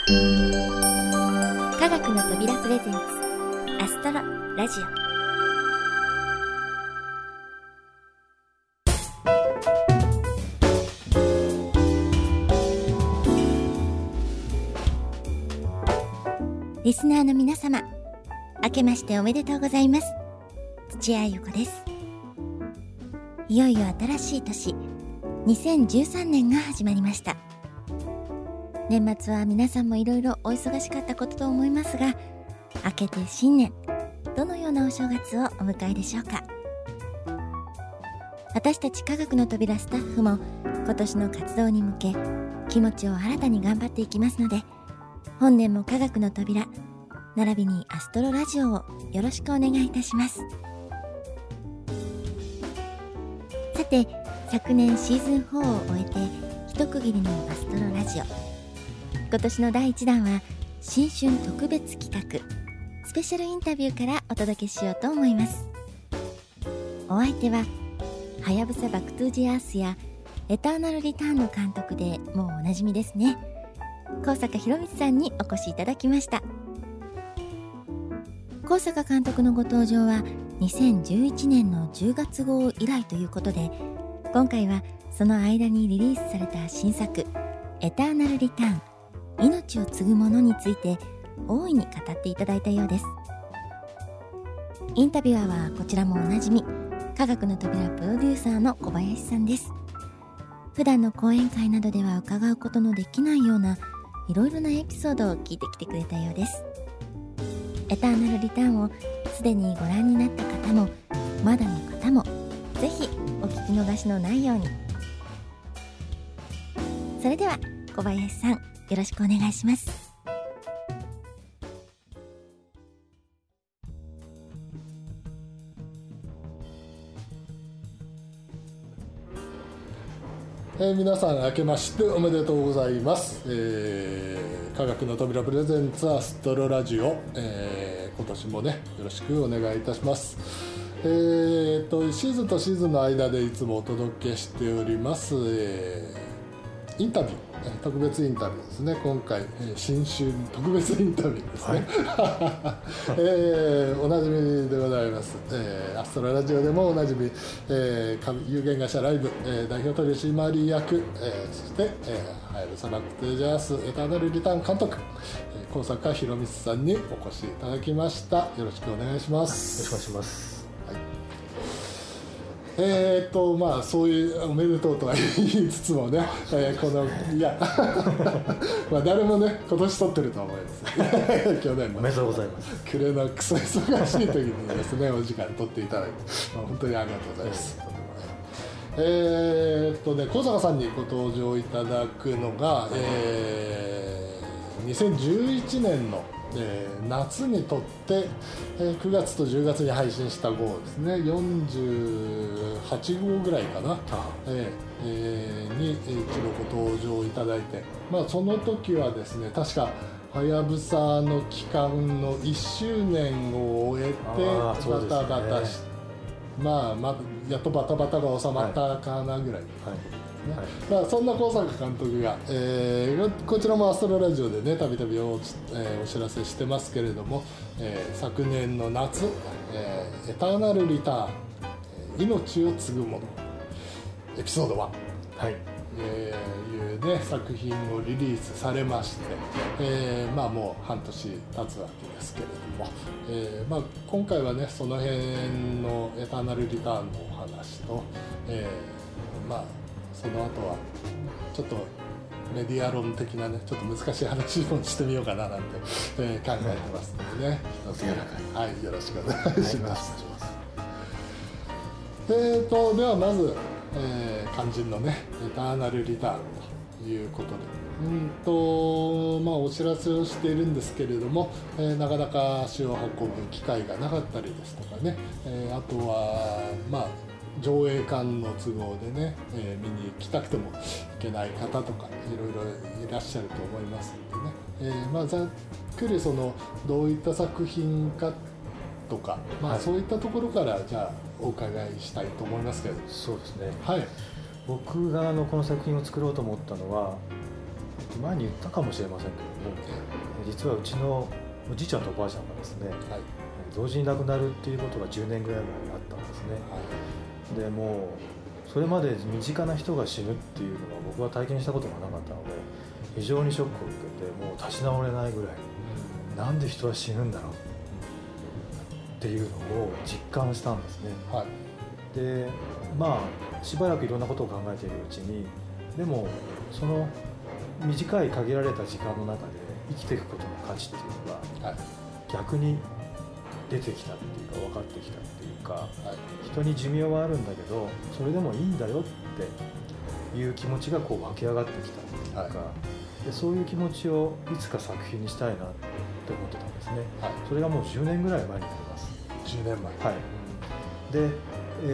科学の扉プレゼンツアストロラジオ。リスナーの皆様、明けましておめでとうございます。土屋ゆ子です。いよいよ新しい年、2013年が始まりました。年末は皆さんもいろいろお忙しかったことと思いますが、明けて新年、どのようなお正月をお迎えでしょうか。私たち科学の扉スタッフも今年の活動に向け気持ちを新たに頑張っていきますので、本年も科学の扉並びにアストロラジオをよろしくお願いいたします。さて、昨年シーズン4を終えて一区切りのアストロラジオ。今年の第1弾は新春特別企画スペシャルインタビューからお届けしようと思います。お相手ははやぶさバックトゥージアースやエターナルリターンの監督でもうおなじみですね、高坂博光さんにお越しいただきました。高坂監督のご登場は2011年の10月号以来ということで、今回はその間にリリースされた新作エターナルリターン命を継ぐものについて大いに語っていただいたようです。インタビュアーはこちらもおなじみ、科学の扉プロデューサーの小林さんです。普段の講演会などでは伺うことのできないようないろいろなエピソードを聞いてきてくれたようです。エターナルリターンをすでにご覧になった方もまだの方もぜひお聞き逃しのないように。それでは小林さん、よろしくお願いします。 皆さん明けましておめでとうございます。科学の扉プレゼンツアストロラジオ、今年もねよろしくお願いいたします。シーズンとシーズンの間でいつもお届けしております、インタビュー、特別インタビューですね。今回、新春特別インタビューですね、はいおなじみでございます、アストロラジオでもおなじみ、有限会社ライブ、代表取締役、そして、はやぶさバックトゥージャースエターナルリターン監督、高坂博光さんにお越しいただきました。よろしくお願いします。 よろしくお願いします。 まあそういうおめでとうとは言いつつもね、このいやまあ誰もね今年撮ってると思います去年のおめでとうございます。 暮れのクソ忙しい時にですねお時間撮っていただいて、まあ、本当にありがとうございます。高坂さんにご登場いただくのが、2011年の夏に撮って、9月と10月に配信した号ですね、48号ぐらいかな、に一度ご登場いただいて、まあ、その時はですね確かはやぶさの期間の1周年を終えてバタバタして、まあやっとバタバタが収まったかなぐらい、まあ、そんな高坂監督が、こちらもアストロラジオでねたびたびお知らせしてますけれども、昨年の夏、エターナルリターン、命を継ぐものエピソード1、はいいうね作品をリリースされまして、まあもう半年経つわけですけれども、まあ、今回はねその辺のエターナルリターンのお話と、まあその後はちょっとメディア論的なねちょっと難しい話もしてみようかななんて、考えてますのでね、はい、よろしくお願いします。ではまず、肝心のねエターナルリターンということで、まあ、お知らせをしているんですけれども、なかなか足を運ぶ機会がなかったりですとかね、あとはまあ上映館の都合でね、見に行きたくても行けない方とかいろいろいらっしゃると思いますのでね、まあ、ざっくりそのどういった作品かとか、まあ、そういったところからじゃあお伺いしたいと思いますけど。 そうですね、 はい、 僕がこの作品を作ろうと思ったのは前に言ったかもしれませんけども、実はうちのおじいちゃんとおばあちゃんがですね、はい、同時に亡くなるっていうことが10年ぐらい前にあったんですね、はい、でもうそれまで身近な人が死ぬっていうのは僕は体験したことがなかったので非常にショックを受けて、もう立ち直れないぐらい、なんで人は死ぬんだろうっていうのを実感したんですね、はい、でまあしばらくいろんなことを考えているうちに、でもその短い限られた時間の中で生きていくことの価値っていうのが、はい、逆に出てきたっていうか分かってきたっていうか、はい、人に寿命はあるんだけどそれでもいいんだよっていう気持ちがこう湧き上がってきたっていうか、はい、でそういう気持ちをいつか作品にしたいなって思ってたんですね、はい、それがもう10年ぐらい前になります。 10年前、 はい、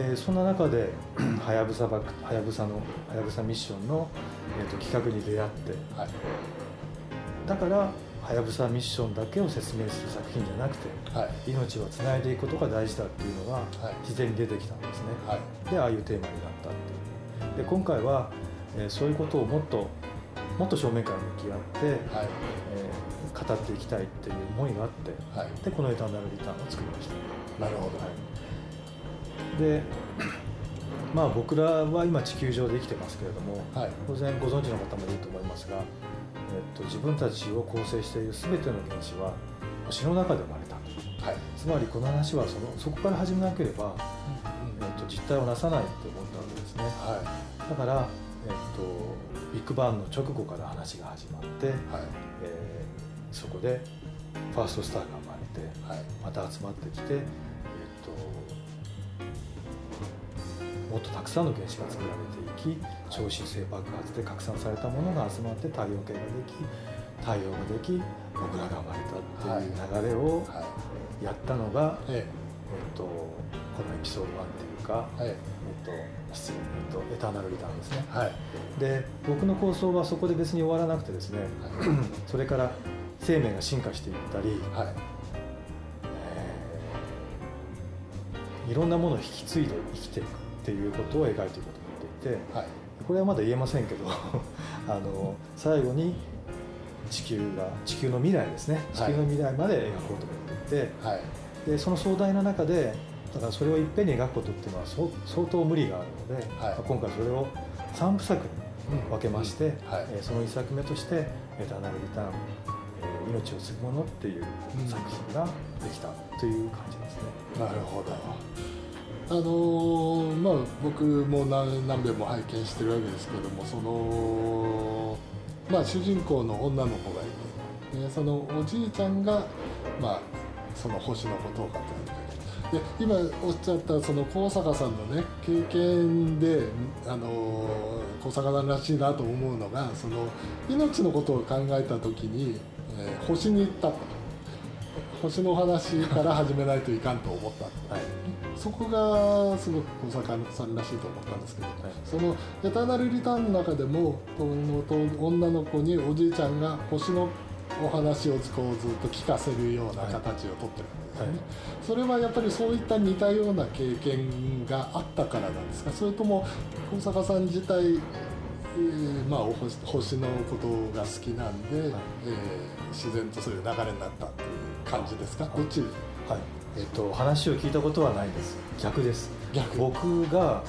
で、そんな中ではやぶさミッションの、企画に出会って、はい、だからはやぶさミッションだけを説明する作品じゃなくて、はい、命をつないでいくことが大事だっていうのが自然に出てきたんですね、はい、でああいうテーマになったっていうで今回は、そういうことをもっと正面から向き合って、はい語っていきたいっていう思いがあって、はい、でこのエターナルリターンを作りました。 なるほど、はい、 でまあ僕らは今地球上で生きてますけれども、はい、当然ご存知の方もいると思いますが、自分たちを構成している全ての原子は星の中で生まれた、はい、つまりこの話はそこから始めなければ、実体をなさないって思ったわけですね、はい、だから、ビッグバンの直後から話が始まって、はいそこでファーストスターが生まれて、はい、また集まってきて、もっとたくさんの原子が作られていき、超新星爆発で拡散されたものが集まって太陽系ができ、太陽ができ、僕らが生まれたっていう流れをやったのが、このエピソード1っていうか、失礼エターナルリターンですね、はい、で僕の構想はそこで別に終わらなくてですね、それから生命が進化していったり、いろんなものを引き継いで生きていくっていうことを描いていこうと思っていて、これはまだ言えませんけど最後に地球の未来ですね、地球の未来まで描こうと思っていて、でその壮大な中でだからそれをいっぺんに描くことっていうのは相当無理があるので、今回それを3部作に分けまして、その1作目として「エターナルリターン命を継ぐもの」っていう作品ができたという感じですね。 なるほど。僕も何遍も拝見してるわけですけれども、主人公の女の子がいて、そのおじいちゃんが、その星のことを語っている。で今おっしゃったその高坂さんのね経験で高坂さんらしいなと思うのが、その命のことを考えた時に、星に行ったと、星の話から始めないといかんと思った、はい、そこがすごく高坂さんらしいと思ったんですけど、はい、そのエターナルリターンの中でもこの女の子におじいちゃんが星のお話をこうずっと聞かせるような形をとってるわけですね、はい、それはやっぱりそういった似たような経験があったからなんですか、それとも高坂さん自体、星のことが好きなんで、はい、自然とそういう流れになったっていう感じですか、どっち？ はい、話を聞いたことはないです。逆です。僕が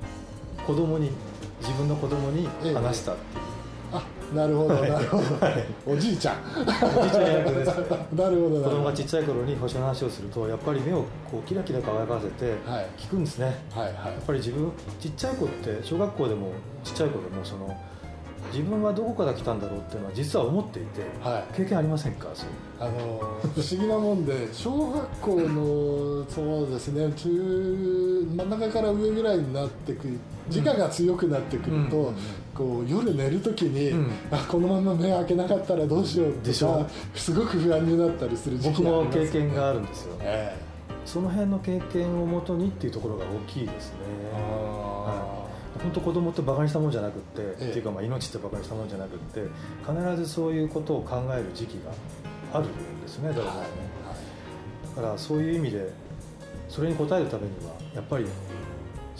自分の子供に話したっていう、 なるほどなるほど、はい、おじいちゃん役ですなるほど。 子供がちっちゃい頃に星の話をするとやっぱり目をこうキラキラ輝かせて聞くんですね、はいはいはい、やっぱり自分ちっちゃい子って小学校でもちっちゃい子でも自分はどこから来たんだろうっていうのは実は思っていて、はい、経験ありませんか？ 不思議なもんで小学校のそうですね真ん中から上ぐらいになってくる自我が強くなってくると、こう夜寝るときに、このまま目開けなかったらどうしようってすごく不安になったりする時期があります、ね、 僕も経験があるんですよ、その辺の経験をもとにっていうところが大きいですね。本当子供ってバカにしたもんじゃなくって、っていうか命ってバカにしたもんじゃなくって必ずそういうことを考える時期があるんですね、誰もね、だからそういう意味でそれに応えるためにはやっぱり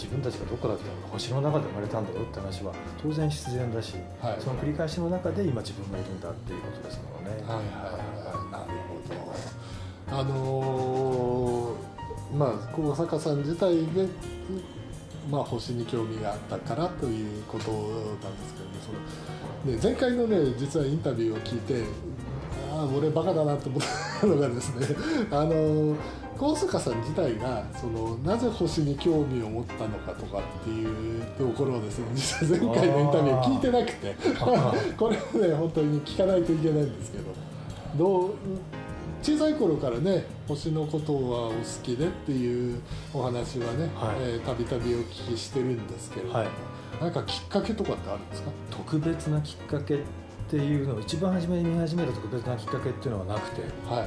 自分たちがどこから来たのか、星の中で生まれたんだよって話は当然必然だし、はい、その繰り返しの中で今自分がいるんだっていうことですもんね。 はいはいはい、なるほど。まあ高坂さん自体で、まあ、星に興味があったからということなんですけどね、前回のね実はインタビューを聞いて、俺バカだなと思ったのがですね高坂さん自体がなぜ星に興味を持ったのかとかっていうところをですね、実は前回のインタビューを聞いてなくてこれをね本当に聞かないといけないんですけど、小さい頃からね星のことはお好きでっていうお話はねたびたびお聞きしてるんですけれども、はい、なんかきっかけとかってあるんですか？ 特別なきっかけっていうのを一番初めに見始めた特別なきっかけっていうのはなくて、はい、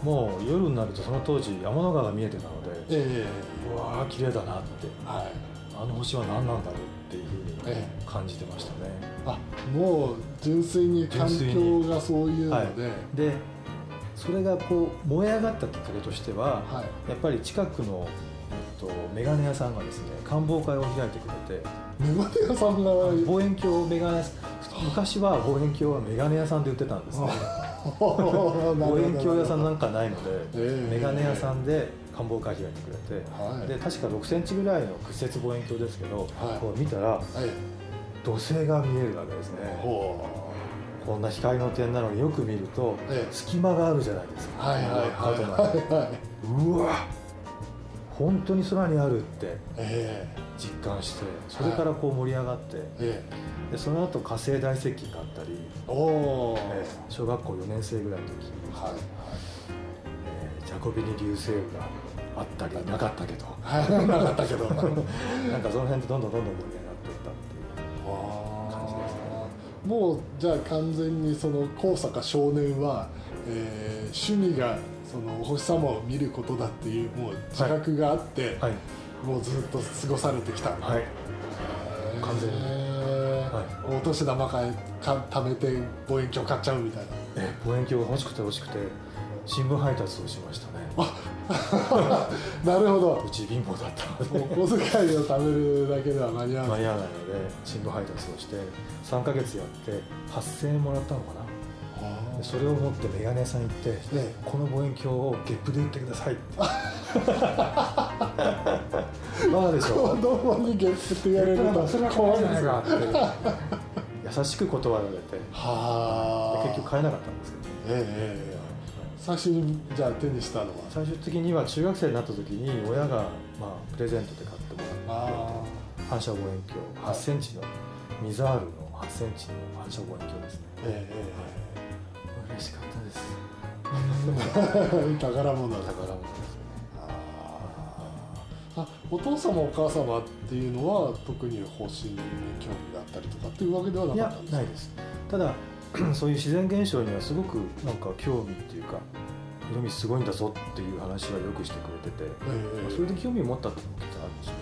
もう夜になるとその当時天の川が見えてたので、うわー綺麗だなって、はい、あの星は何なんだろうっていうふうに感じてましたね。 もう純粋に環境がそういうので、 でそれがこう燃え上がったきっかけとしては、はい、やっぱり近くの、メガネ屋さんがですね観望会を開いてくれて、 メガネ屋さんが望遠鏡メガネ屋さん、昔は望遠鏡はメガネ屋さんで売ってたんですね望遠鏡屋さんなんかないので、メガネ屋さんで観望会開いてくれて、はい、で確か6センチぐらいの屈折望遠鏡ですけど、はい、こう見たら、はい、土星が見えるわけですね。こんな光の点なのによく見ると、隙間があるじゃないですか。うわ本当に空にあるって実感して、それからこう盛り上がって、でその後火星大接近があったり、小学校4年生ぐらいの時に、ジャコビニ流星雨があったりなかったけどなかったけどなんかその辺でどんどん盛り上がっていったっていう感じですね。 もうじゃあ完全にその高坂少年は、趣味がそのお星様を見ることだっていうもう自覚があって、はい、もうずっと過ごされてきた、はい、 完全に、 お年玉貯めて望遠鏡買っちゃうみたいな、 望遠鏡が欲しくて新聞配達をしましたね。 なるほど。 うち貧乏だったのでお小遣いを貯めるだけでは間に合わないので新聞配達をして3ヶ月やって8000円もらったのかな。それを持ってメガネ屋さん行って、この望遠鏡をゲップで売ってくださいってバカでしょ。 子供にゲップって言われるとそれは怖いじゃないかって優しく断られて、結局買えなかったんですけど、 最初にじゃあ手にしたのは最終的には中学生になった時に親が、プレゼントで買ってもらった反射望遠鏡8センチのミザールの8センチの反射望遠鏡ですね。嬉しかったです。 宝物ですね。お父様お母様っていうのは特に星に興味があったりとかっていうわけではなかったんですか？ いや、ないです。ただそういう自然現象にはすごくなんか興味っていうか、色味すごいんだぞっていう話はよくしてくれてて、それで興味を持ったっていうのがあるんですよ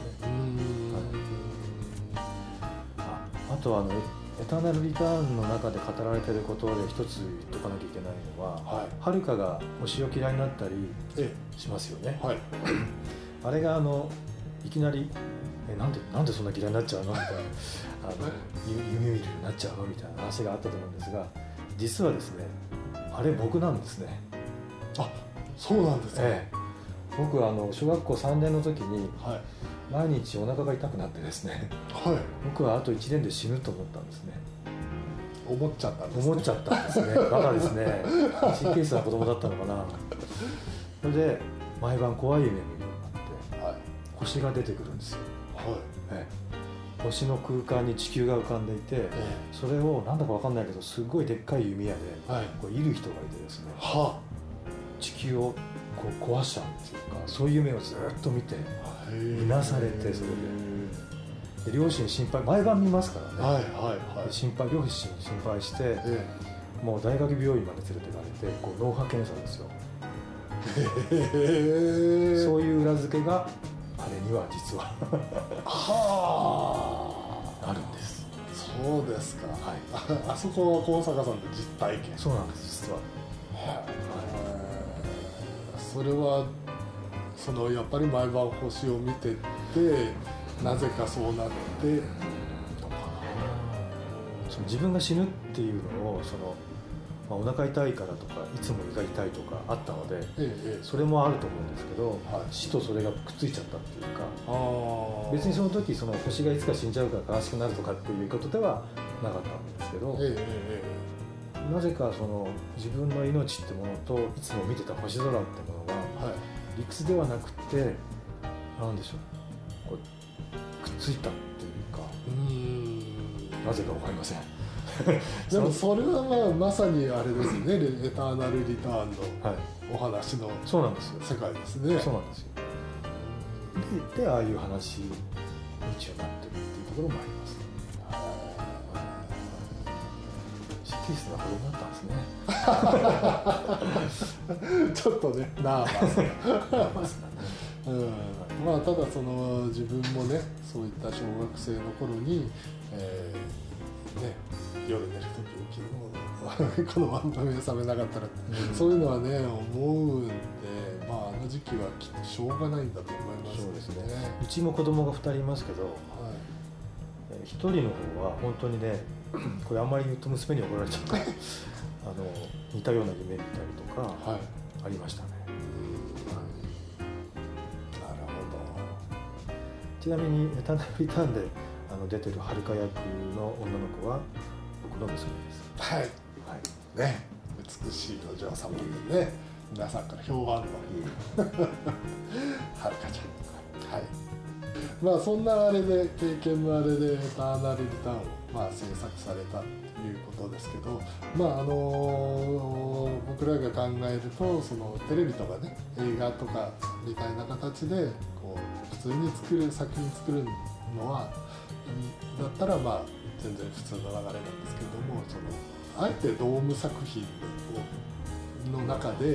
ね。あとエターナルリターンの中で語られていることで一つ言っとかなきゃいけないのは、はるかが星を嫌いになったりしますよね。あれがいきなりなんでそんな嫌いになっちゃうのみたいな夢見るようになっちゃうのみたいな話があったと思うんですが、実はですねあれ僕なんですね。 そうなんですね。 僕小学校3年の時に、毎日お腹が痛くなってですね、僕はあと1年で死ぬと思ったんですね。 思っちゃったんですね。バカですね。神経質な子供だったのかな。それで毎晩怖い夢を見るようになって、星が出てくるんですよ。星の空間に地球が浮かんでいて、それをなんだか分かんないけどすごいでっかい弓矢でこう射る人がいてですね、地球をこう壊したっていうか、そういう夢をずっと見て見なされて、それで両親心配、毎晩見ますからね、両親心配して、もう大学病院まで連れてかれてこう脳波検査ですよ。そういう裏付けがあれには実はあるんです。 そうですか。あそこは高坂さんの実体験。 そうなんです、実は。 それはやっぱり毎晩星を見ててなぜかそうなってその自分が死ぬっていうのをお腹痛いからとかいつも胃が痛いとかあったので、それもあると思うんですけど、死とそれがくっついちゃったっていうか、別にその時星がいつか死んじゃうから悲しくなるとかっていうことではなかったんですけど、なぜか自分の命ってものといつも見てた星空ってものが、理屈ではなくて何でしょう、こうくっついたっていうか、なぜか分かりませんでもそれはまさにあれですねエターナルリターンのお話のそうなんですよ世界ですね。 そうなんですよ。でああいう話に一応なってるっていうところもあります。シッキースな子供だったんですねちょっとねナーバスなまあただ自分もねそういった小学生の頃に、夜寝るときにこのまま目覚めなかったら、そういうのはね思うんで、まああの時期はきっとしょうがないんだと思いますね。 そうですね。うちも子供が2人いますけど、1人の方は本当にねこれあんまり言うと娘に怒られちゃうから似たような夢見たりとかありましたね。 なるほど。 ちなみにエターナルリターンで出てるはるか役の女の子は僕の娘です。 はい、ね、美しいお嬢様でね、皆さんから評判のはるかちゃん。はい。まあそんなあれで経験のあれでエターナルリターンを制作されたということですけど、まあ僕らが考えるとテレビとかね映画とかみたいな形でこう普通に作品作るのはだったらまあ全然普通の流れなんですけれども、あえてドーム作品の中で、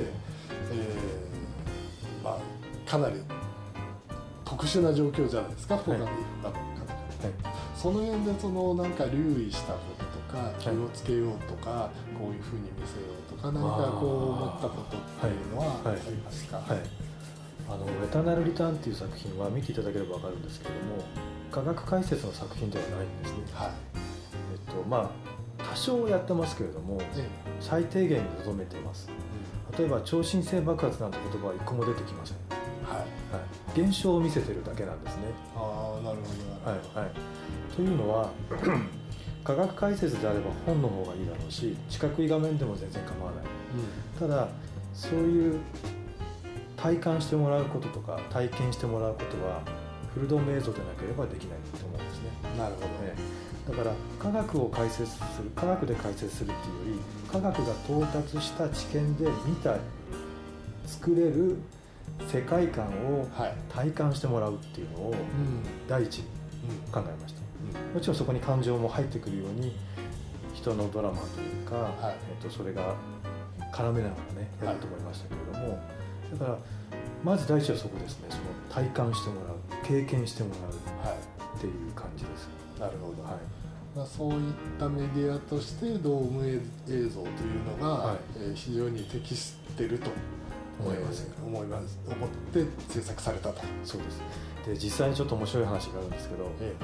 まあかなり特殊な状況じゃないですか、他の方、その辺でなんか留意したこととか気をつけようとか、こういうふうに見せようとか何かこう思ったことっていうのはありますか？ エターナルリターンっていう作品は見ていただければ分かるんですけれども、科学解説の作品ではないんですね。まあ多少やってますけれども、最低限に留めてます。例えば超新星爆発なんて言葉は一個も出てきません。現象を見せてるだけなんですね。 なるほど。 というのは科学解説であれば本の方がいいだろうし、四角い画面でも全然構わない、ただそういう体感してもらうこととか体験してもらうことはフルドーム映像でなければできないと思うんですね。 なるほど、 だから科学を解説する、科学で解説するっていうより科学が到達した知見で見た作れる世界観を体感してもらうっていうのを第一に考えました。もちろんそこに感情も入ってくるように人のドラマというか、それが絡めながらねやると思いましたけれども、だからまず第一はそこですね。体感してもらう、経験してもらうっていう感じです。 なるほど、そういったメディアとしてドーム映像というのが、非常に適していると思って制作されたと。 そうです。で実際にちょっと面白い話があるんですけど、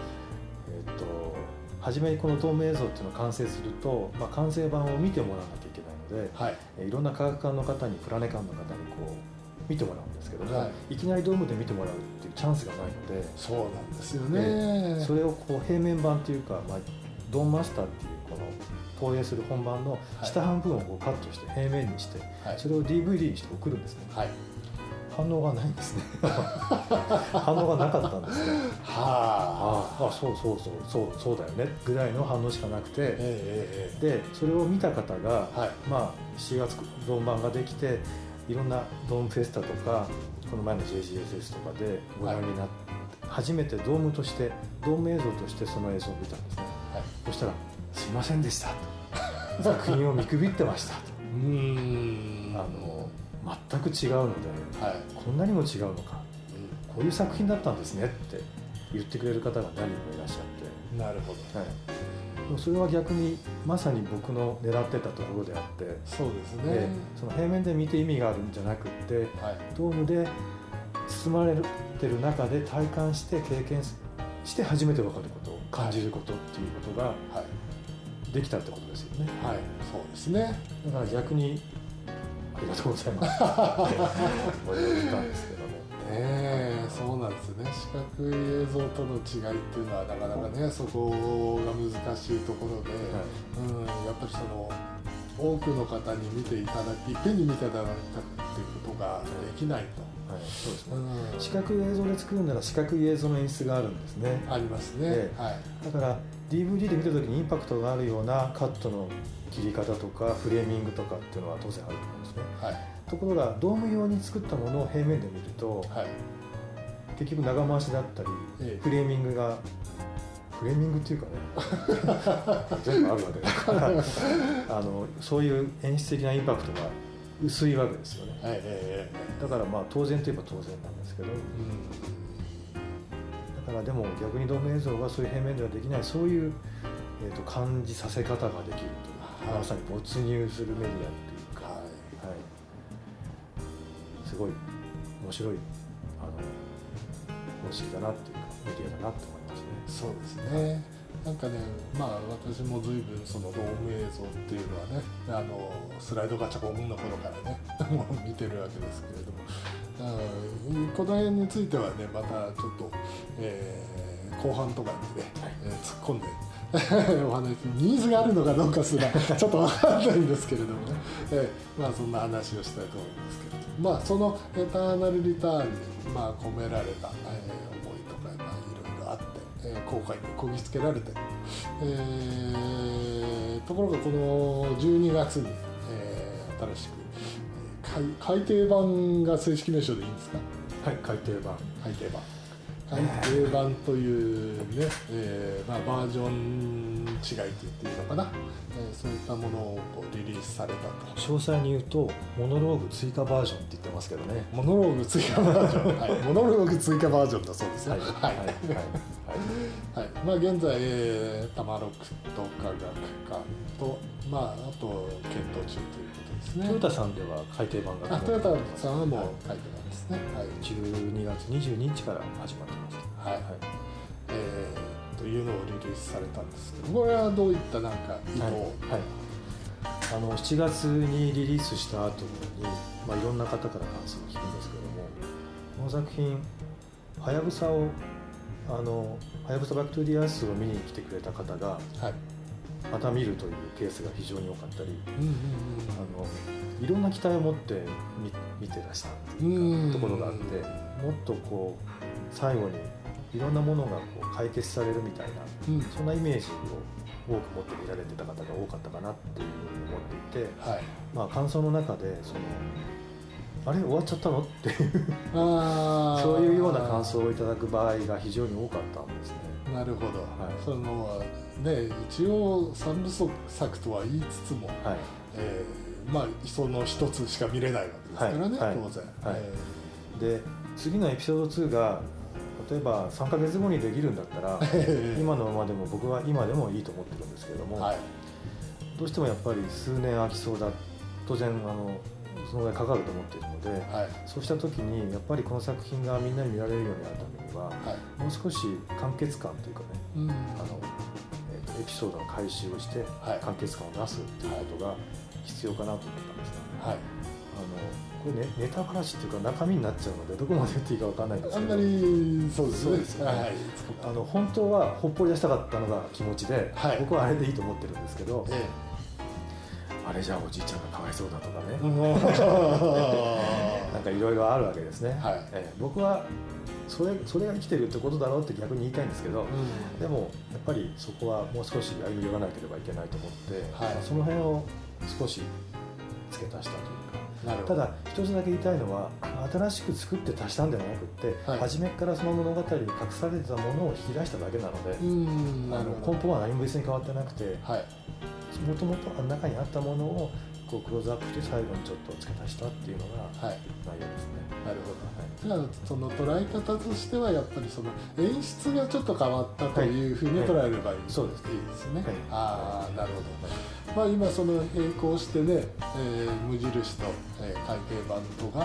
初めにこのドーム映像っていうのを完成すると、完成版を見てもらわなきゃいけないので、いろんな科学館の方にプラネ館の方にこう見てもらうんですけども、いきなりドームで見てもらうっていうチャンスがないので、 そうなんですよね。 それをこう平面版というか、ドームマスターっていうこの投影する本番の下半分をこうカットして平面にして、それを DVD にして送るんですね。反応がないんですね反応がなかったんですね。そうだよねぐらいの反応しかなくて、でそれを見た方が、4月ドーム版ができていろんなドームフェスタとかこの前の JGSS とかでご覧になって、初めてドームとしてドーム映像としてその映像を見たんですね。そしたら「すいませんでした」と「作品を見くびってました」と全く違うので、こんなにも違うのか、こういう作品だったんですねって言ってくれる方が何人もいらっしゃって。 なるほど、 それは逆にまさに僕の狙ってたところであって、 そうですね、 その平面で見て意味があるんじゃなくって、ドームで包まれてる中で体感して経験して初めて分かること、感じることっていうことができたってことですよね。 はい、そうですね。 だから逆にありがとうございますって思ったんですけどね。 そうなんですね。視覚映像との違いっていうのはなかなかね、そこが難しいところで、やっぱりその多くの方に見ていただき、いっぺんに見ていただいたっていうことができないと。 そうですね。視覚映像で作るなら視覚映像の演出があるんですね。 ありますね。 だから DVD で見た時にインパクトがあるようなカットの切り方とかフレーミングとかっていうのは当然あると思うんですね。ところがドーム用に作ったものを平面で見ると、結局長回しだったり、フレーミングがフレーミングっていうかね全部あるわけだからそういう演出的なインパクトが薄いわけですよね。だからまあ当然といえば当然なんですけど、だからでも逆にドーム映像がそういう平面ではできない、そういう、感じさせ方ができるという、まさに没入するメディアっていうか、すごい面白い方針だなっていうかメディアだなと思いますね。 そうですね。なんかね、私も随分そのドーム映像っていうのはね、スライドガチャコンの頃からねもう見てるわけですけれども、この辺についてはね、またちょっと、後半とかにね、突っ込んでお話、ニーズがあるのかどうかすらちょっと分からないんですけれどもね、そんな話をしたいと思いますけれども、そのエターナルリターンに込められた、思いとかいろいろあって、後悔にこぎつけられて、ところがこの12月に、新しく、改訂版が正式名称でいいんですか？ はい、改訂版改訂版というね、バージョン違いと言っていいのかな、そういったものをリリースされたと。 詳細に言うとモノローグ追加バージョンって言ってますけどね。 モノローグ追加バージョン、モノローグ追加バージョンだそうですね。現在、タマロクと科学館と、あと検討中ということですね。 トヨタさんでは改訂版がトヨタさんはもう改訂版ですね。 12月22日から始まってました。 というのをリリースされたんですけど、これはどういったなんか意図を、 7月にリリースした後に、いろんな方から感想を聞くんですけども、この作品はやぶさをはやぶさバックトゥーディアースを見に来てくれた方が、また見るというケースが非常に多かったり、いろんな期待を持って見てらしたっていうところがあって、もっとこう最後にいろんなものがこう解決されるみたいな、そんなイメージを多く持って見られてた方が多かったかなっていうふうに思っていて、感想の中であれ終わっちゃったのっていうそういうような感想をいただく場合が非常に多かったんですね。 なるほど、そのね、一応3部作とは言いつつも、その一つしか見れないわけですからね、当然。 で次のエピソード2が例えば3ヶ月後にできるんだったら今のままでも僕は今でもいいと思ってるんですけれども、どうしてもやっぱり数年空きそうだ、当然そのぐらいかかると思っているので、そうした時にやっぱりこの作品がみんなに見られるようになるためには、もう少し完結感というかね、エピソードの回収をして完結感を出すっていうことが必要かなと思ったんですが、これね、ネタ話っていうか中身になっちゃうのでどこまで言っていいか分かんないんですけど、 あんまりそうですね、 本当はほっぽり出したかったのが気持ちで、僕はあれでいいと思ってるんですけど、あれじゃあおじいちゃんがかわいそうだとかねなんかいろいろあるわけですね。僕はそれが生きてるってことだろうって逆に言いたいんですけど、でもやっぱりそこはもう少し歩み寄らなければいけないと思って、その辺を少し付け足したというか。ただ一つだけ言いたいのは、新しく作って足したんではなくって、初めからその物語に隠されてたものを引き出しただけなので、根本は何も別に変わってなくて、もともと中にあったものをこうクローズアップして最後にちょっと付け足したっていうのが内容ですね。 なるほど。じゃあその捉え方としてはやっぱりその演出がちょっと変わったというふうに捉えればいいですね。なるほど。今その並行してね、無印と改訂版とが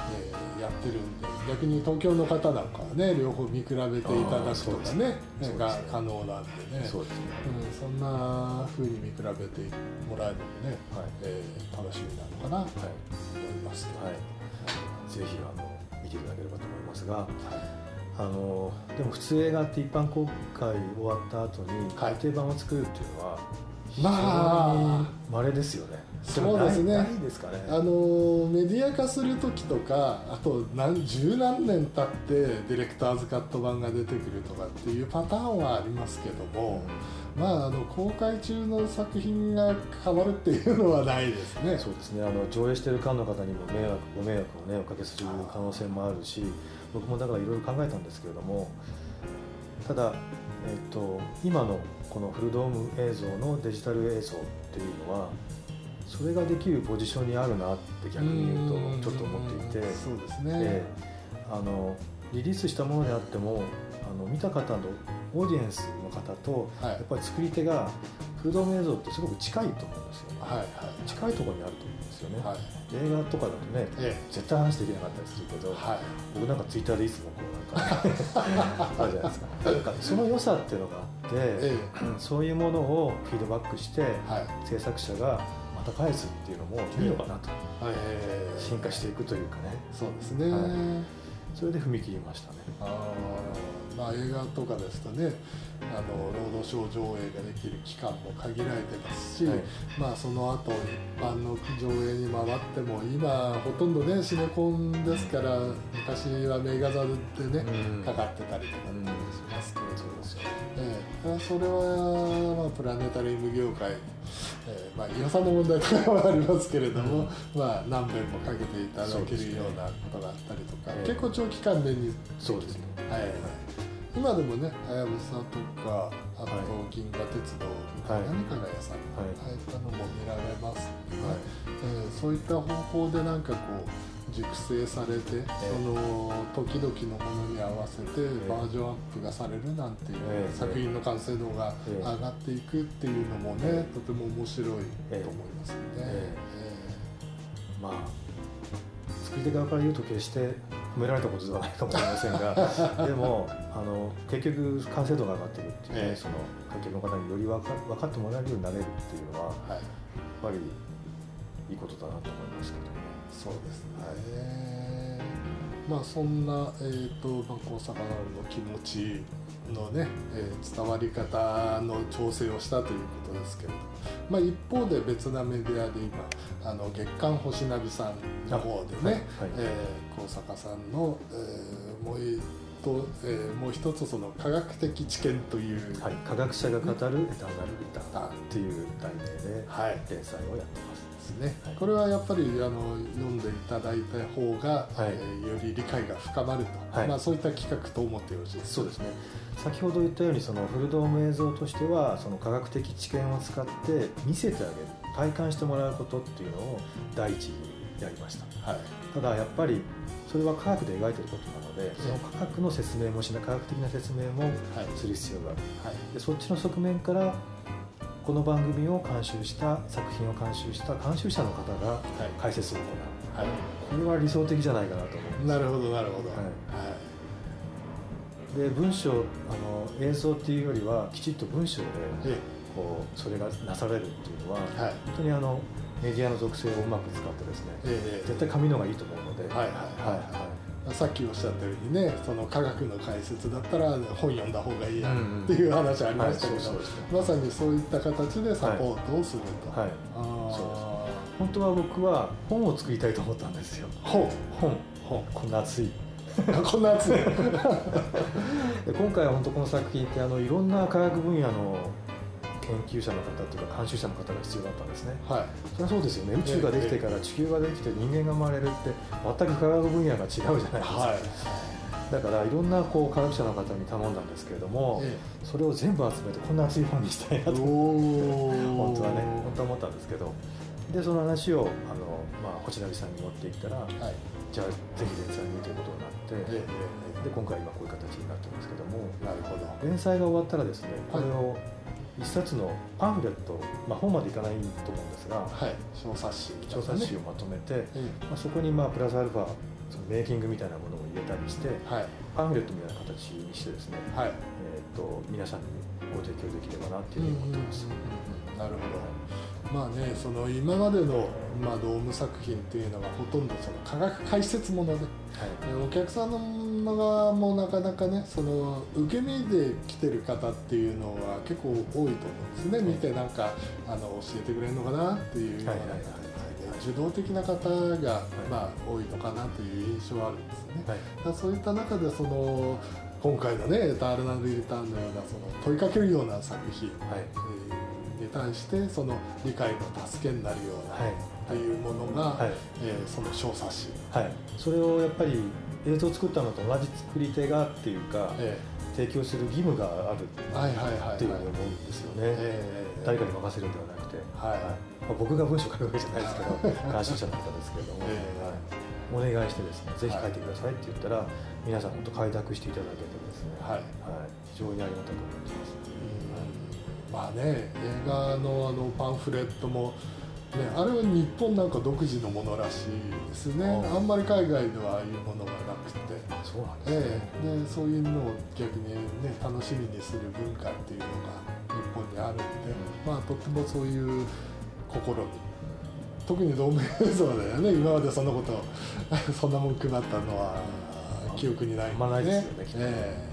やってるんで、逆に東京の方なんかはね両方見比べていただくとかねが可能なんでね、 そうですね、 そんな風に見比べてもらえるのもね、楽しみなのかなと思いますけど、 ぜひ見ていただければと思いますが、でも普通映画って一般公開終わった後に改訂版を作るっていうのは非常に稀ですよね。 そうですね。 ないですかね。 メディア化する時とか、あと十何年経ってディレクターズカット版が出てくるとかっていうパターンはありますけども、公開中の作品が変わるっていうのはないですね。 そうですね。上映している間の方にもご迷惑をねおかけする可能性もあるし、僕もだからいろいろ考えたんですけれども、ただ今のこのフルドーム映像のデジタル映像っていうのはそれができるポジションにあるなって逆に言うとちょっと思っていて、 そうですね、 リリースしたものであっても見た方のオーディエンスの方と、やっぱり作り手がフルドーム映像ってすごく近いと思うんですよね、近いところにあると思うんですよね、映画とかだとね、絶対話できなかったりするけど、僕なんかツイッターでいつもこうなんかあるじゃないですか。なんかその良さっていうのがあって、そういうものをフィードバックして、制作者がまた返すっていうのもいいのかなと、進化していくというかね。 そうですね、 それで踏み切りましたね。 映画とかですとね、労働省上映ができる期間も限られてますし、その後一般の上映に回っても今ほとんどねシネコンですから、昔は名画座でね、かかってたりとかしますけど、それは、プラネタリウム業界、予算の問題とかはありますけれども、何遍もかけていただけるようなことがあったりとか、結構長期間でにそうですね、 今でもね、はやぶさとか、あと銀河鉄道みたいな何かが屋さん、ああいったのも見られますので、そういった方法でなんかこう熟成されて、その時々のものに合わせてバージョンアップがされるなんていう、作品の完成度が上がっていくっていうのもね、とても面白いと思いますね。 作り手側から言うと決して褒められたことではないかもしれませんがでも結局完成度が上がっているっていうね、その観客の方により分かってもらえるようになれるっていうのは、やっぱりいいことだなと思いますけどね。 そうですね、そんな、大阪の気持ちのね、伝わり方の調整をしたということですけれども、一方で別なメディアで今月刊星ナビさんの方でね、高坂さんの、もう一つその科学的知見という、 科学者が語るエターナルリターンっていう題名で連載をやってます。 これはやっぱり読んでいただいた方が、より理解が深まると、そういった企画と思ってよろしいですか。 そうですね。先ほど言ったようにそのフルドーム映像としてはその科学的知見を使って見せてあげる、体感してもらうことっていうのを第一にやりました。ただやっぱりそれは科学で描いていることなので、その科学の説明もしない、科学的な説明もする必要がある。でそっちの側面からこの番組を監修した作品を監修した監修者の方が解説を行う、これは理想的じゃないかなと思います。 なるほどなるほど、で文章映像っていうよりはきちっと文章でこうそれがなされるっていうのは、本当にメディアの属性をうまく使ってですね、絶対紙の方がいいと思うので、 さっきおっしゃったようにね、その科学の解説だったら本読んだ方がいいやっていう話ありましたけど、まさにそういった形でサポートをすると。 本当は僕は本を作りたいと思ったんですよ。本こんな熱いこんな熱いで今回は本当この作品っていろんな科学分野の研究者の方というか監修者の方が必要だったんですね。それはそうですよね。宇宙ができてから地球ができて人間が生まれるって全く科学分野が違うじゃないですか。だからいろんな科学者の方に頼んだんですけれども、それを全部集めてこんな熱い本にしたいなと本当は思ったんですけど、でその話を星ナビさんに持っていったら、じゃあぜひ連載にということになって、で今回こういう形になってますけども、連載が終わったらですね、これを一冊のパンフレット、本までいかないと思うんですが、 小冊子をまとめて、そこにプラスアルファそのメイキングみたいなものを入れたりして、パンフレットみたいな形にしてですね、皆さんにご提供できればなっていうふうに思っています。 なるほど。その今までのドーム作品っていうのがほとんどその科学解説もので、お客さんの側もなかなかね、その受け身で来てる方っていうのは結構多いと思うんですね。見て教えてくれるのかなっていうような受動的な方が多いのかなという印象はあるんですよね。そういった中でその今回のねエターナルリターンのようなその問いかけるような作品、に対してその理解の助けになるようなっていうものが、その小冊子、 それをやっぱり映像を作ったのと同じ作り手がっていうか、提供する義務があるっていうふうに思うんですよね。誰かに任せるんではなくて、僕が文章を書くわけじゃないですけど監修者の方ですけれども、お願いしてですね、ぜひ書いてくださいって言ったら皆さん本当快諾していただけてですね、非常にありがたく思ってます。 映画のパンフレットも、あれは日本なんか独自のものらしいですね。あんまり海外ではああいうものがなくて、 そうなんですね。 でそういうのを逆に楽しみにする文化っていうのが日本にあるんで、とってもそういう試み、特にドーム映像でね、今までそんなことそんなもん配ったのは記憶にないんで、 ないですよね、きっと。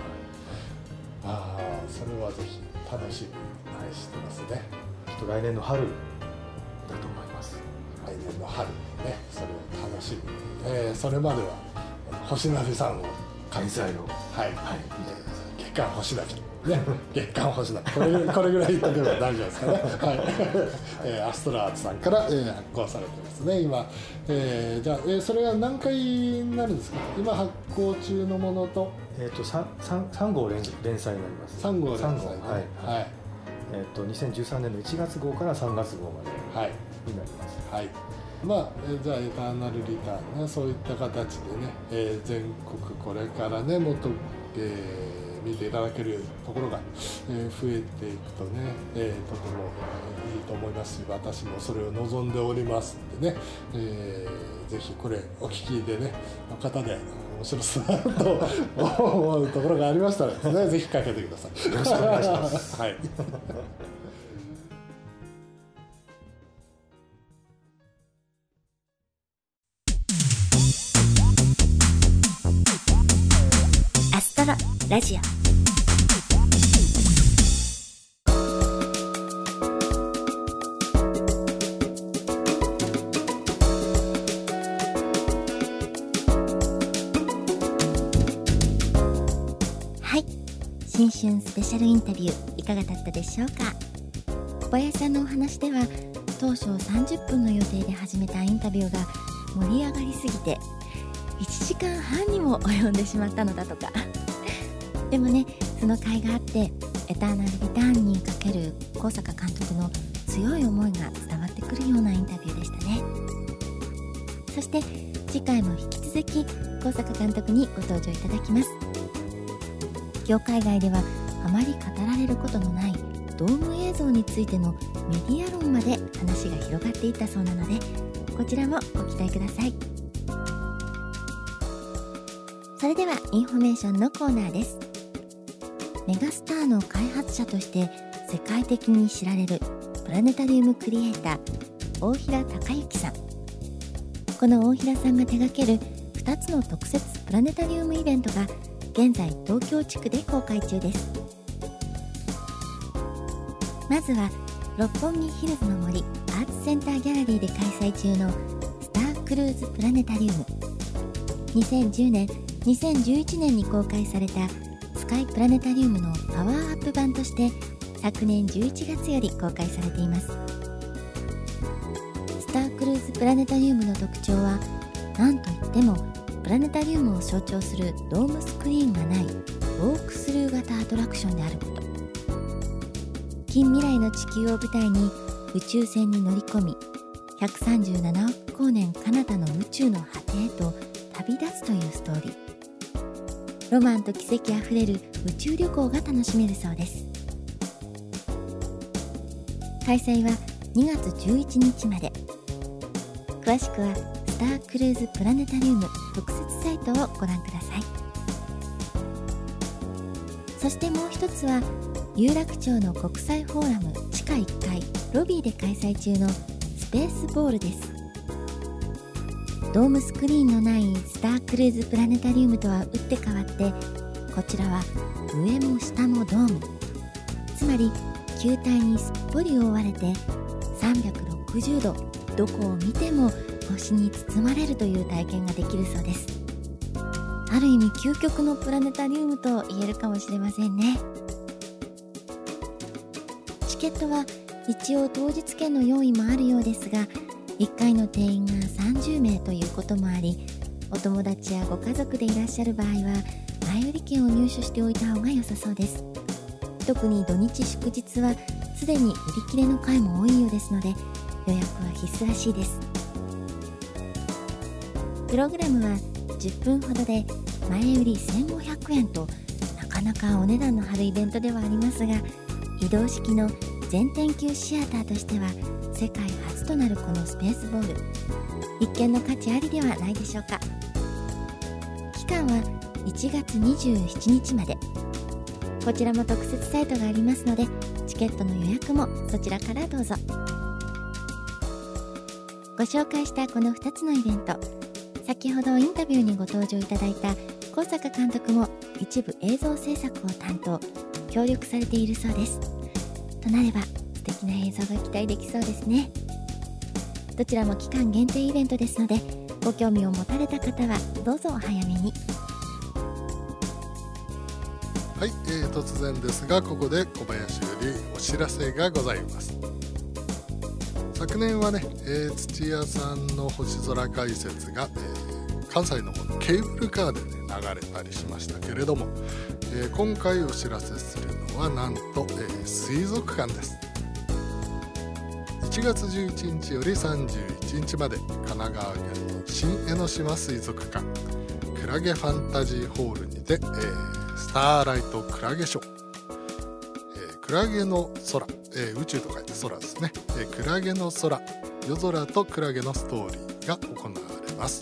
それはぜひ楽しみにしてますね。 きっと来年の春だと思います。 来年の春ね、それを楽しみに、それまでは星鍋さんを開催を見てください。月刊星鍋月刊星鍋、これぐらい言っとけば大丈夫ですかね。アストラーツさんから、発行されてますね今。じゃあ、それは何回になるんですか。今発行中のものと 3号連載になります。 3号連載、 2013年の1月号から3月号までになります。 じゃあエターナルリターンね、そういった形でね、全国これからねもっと、見ていただけるところが、増えていくとね、とてもいいと思いますし、私もそれを望んでおりますんでね、ぜひこれお聞きでねの方で面白そうだと思うところがありましたらですね、ぜひかけてください。 よろしくお願いします。 アストロラジオ。新春スペシャルインタビューいかがだったでしょうか。小林さんのお話では当初30分の予定で始めたインタビューが盛り上がりすぎて1時間半にも及んでしまったのだとか。でもね、その甲斐があってエターナルリターンにかける高坂監督の強い思いが伝わってくるようなインタビューでしたね。そして次回も引き続き高坂監督にご登場いただきます。業界外ではあまり語られることのないドーム映像についてのメディア論まで話が広がっていったそうなので、こちらもご期待ください。それではインフォメーションのコーナーです。メガスターの開発者として世界的に知られるプラネタリウムクリエイター大平隆之さん。この大平さんが手掛ける2つの特設プラネタリウムイベントが現在東京地区で公開中です。まずは六本木ヒルズの森アーツセンターギャラリーで開催中のスタークルーズプラネタリウム。2010年2011年に公開されたスカイプラネタリウムのパワーアップ版として昨年11月より公開されています。スタークルーズプラネタリウムの特徴は何といってもプラネタリウムを象徴するドームスクリーンがないウォークスルー型アトラクションであること。近未来の地球を舞台に宇宙船に乗り込み137億光年彼方の宇宙の果てへと旅立つというストーリー。ロマンと奇跡あふれる宇宙旅行が楽しめるそうです。 開催は2月11日まで。詳しくはスタークルーズプラネタリウム特設サイトをご覧ください。そしてもう一つは有楽町の国際フォーラム地下1階ロビーで開催中のスペースボールです。ドームスクリーンのないスタークルーズプラネタリウムとは打って変わって、こちらは上も下もドーム、つまり球体にすっぽり覆われて360度どこを見ても星に包まれるという体験ができるそうです。ある意味究極のプラネタリウムと言えるかもしれませんね。チケットは一応当日券の用意もあるようですが、1回の定員が30名ということもあり、お友達やご家族でいらっしゃる場合は前売り券を入手しておいた方が良さそうです。特に土日祝日はすでに売り切れの回も多いようですので、予約は必須らしいです。プログラムは10分ほどで前売り1500円となかなかお値段の張るイベントではありますが、移動式の全天球シアターとしては世界初となるこのスペースボール、一見の価値ありではないでしょうか。期間は1月27日まで。こちらも特設サイトがありますので、チケットの予約もそちらからどうぞ。ご紹介したこの2つのイベント、先ほどインタビューにご登場いただいた高坂監督も一部映像制作を担当、協力されているそうです。となれば素敵な映像が期待できそうですね。どちらも期間限定イベントですので、ご興味を持たれた方はどうぞお早めに。 はい、突然ですがここで小林よりお知らせがございます。昨年はね、土屋さんの星空解説が、関西の方のケーブルカーで、ね、流れたりしましたけれども、今回お知らせするのはなんと、水族館です。1月11日より31日まで神奈川県の新江ノ島水族館クラゲファンタジーホールにて、スターライトクラゲショー、クラゲの空、宇宙と書いて空ですね、クラゲの空、夜空とクラゲのストーリーが行われます。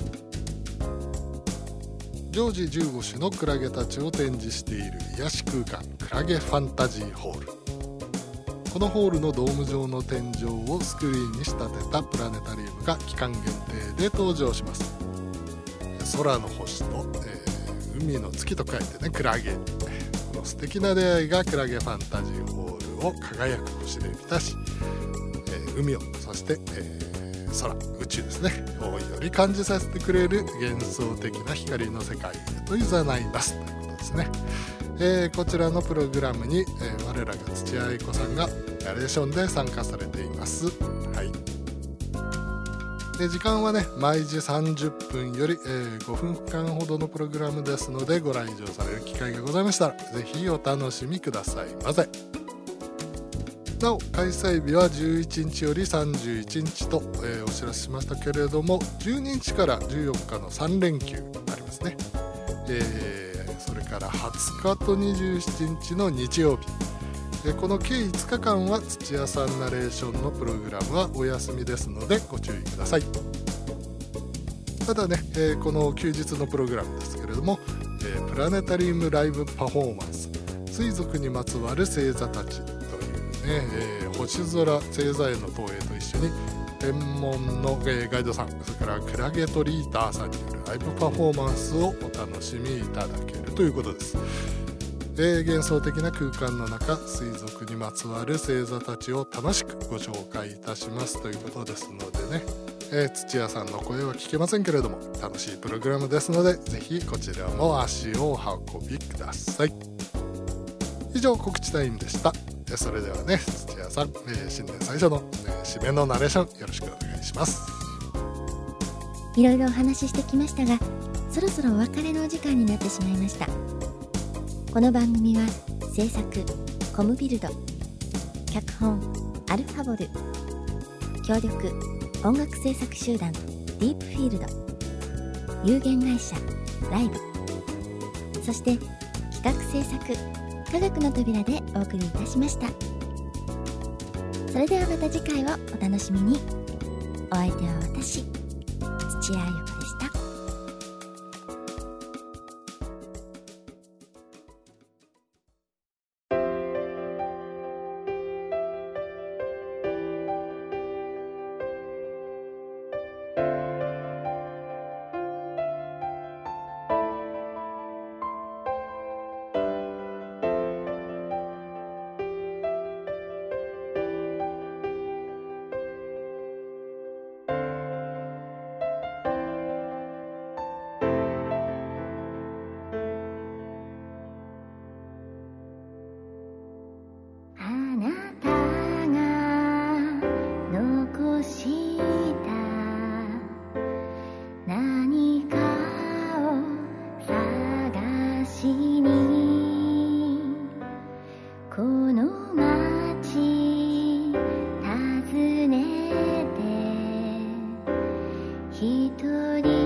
常時15種のクラゲたちを展示している癒し空間クラゲファンタジーホール。このホールのドーム状の天井をスクリーンに仕立てたプラネタリウムが期間限定で登場します。空の星と、海の月と書いてね、クラゲ。この素敵な出会いがクラゲファンタジーホールを輝く星で満たし、海を、そして、空、宇宙ですねをより感じさせてくれる幻想的な光の世界へと誘いますということですね。こちらのプログラムに、我らが土屋愛子さんがナレーションで参加されています。はい。で時間はね毎時30分より、5分間ほどのプログラムですので、ご来場される機会がございましたらぜひお楽しみくださいませ。なお開催日は11日より31日と、お知らせしましたけれども、12日から14日の3連休ありますね。それから20日と27日の日曜日、この計5日間は土屋さんナレーションのプログラムはお休みですのでご注意ください。ただね、この休日のプログラムですけれども、プラネタリウムライブパフォーマンス水族にまつわる星座たちというね、星空星座への投影と一緒に天文の、ガイドさん、それからクラゲトリーターさんによるライブパフォーマンスをお楽しみいただけるということです。幻想的な空間の中、水族にまつわる星座たちを楽しくご紹介いたしますということですのでね、土屋さんの声は聞けませんけれども楽しいプログラムですので、ぜひこちらも足をお運びください。以上告知タイムでした。それではね、土屋さん、新年最初の、締めのナレーションよろしくお願いします。 いろいろお話ししてきましたが、そろそろお別れのお時間になってしまいました。この番組は制作コムビルド、脚本アルファボル、協力音楽制作集団ディープフィールド、有限会社ライブ、そして企画制作科学の扉でお送りいたしました。 それではまた次回をお楽しみに。お相手は私、土屋ゆ子でした。一人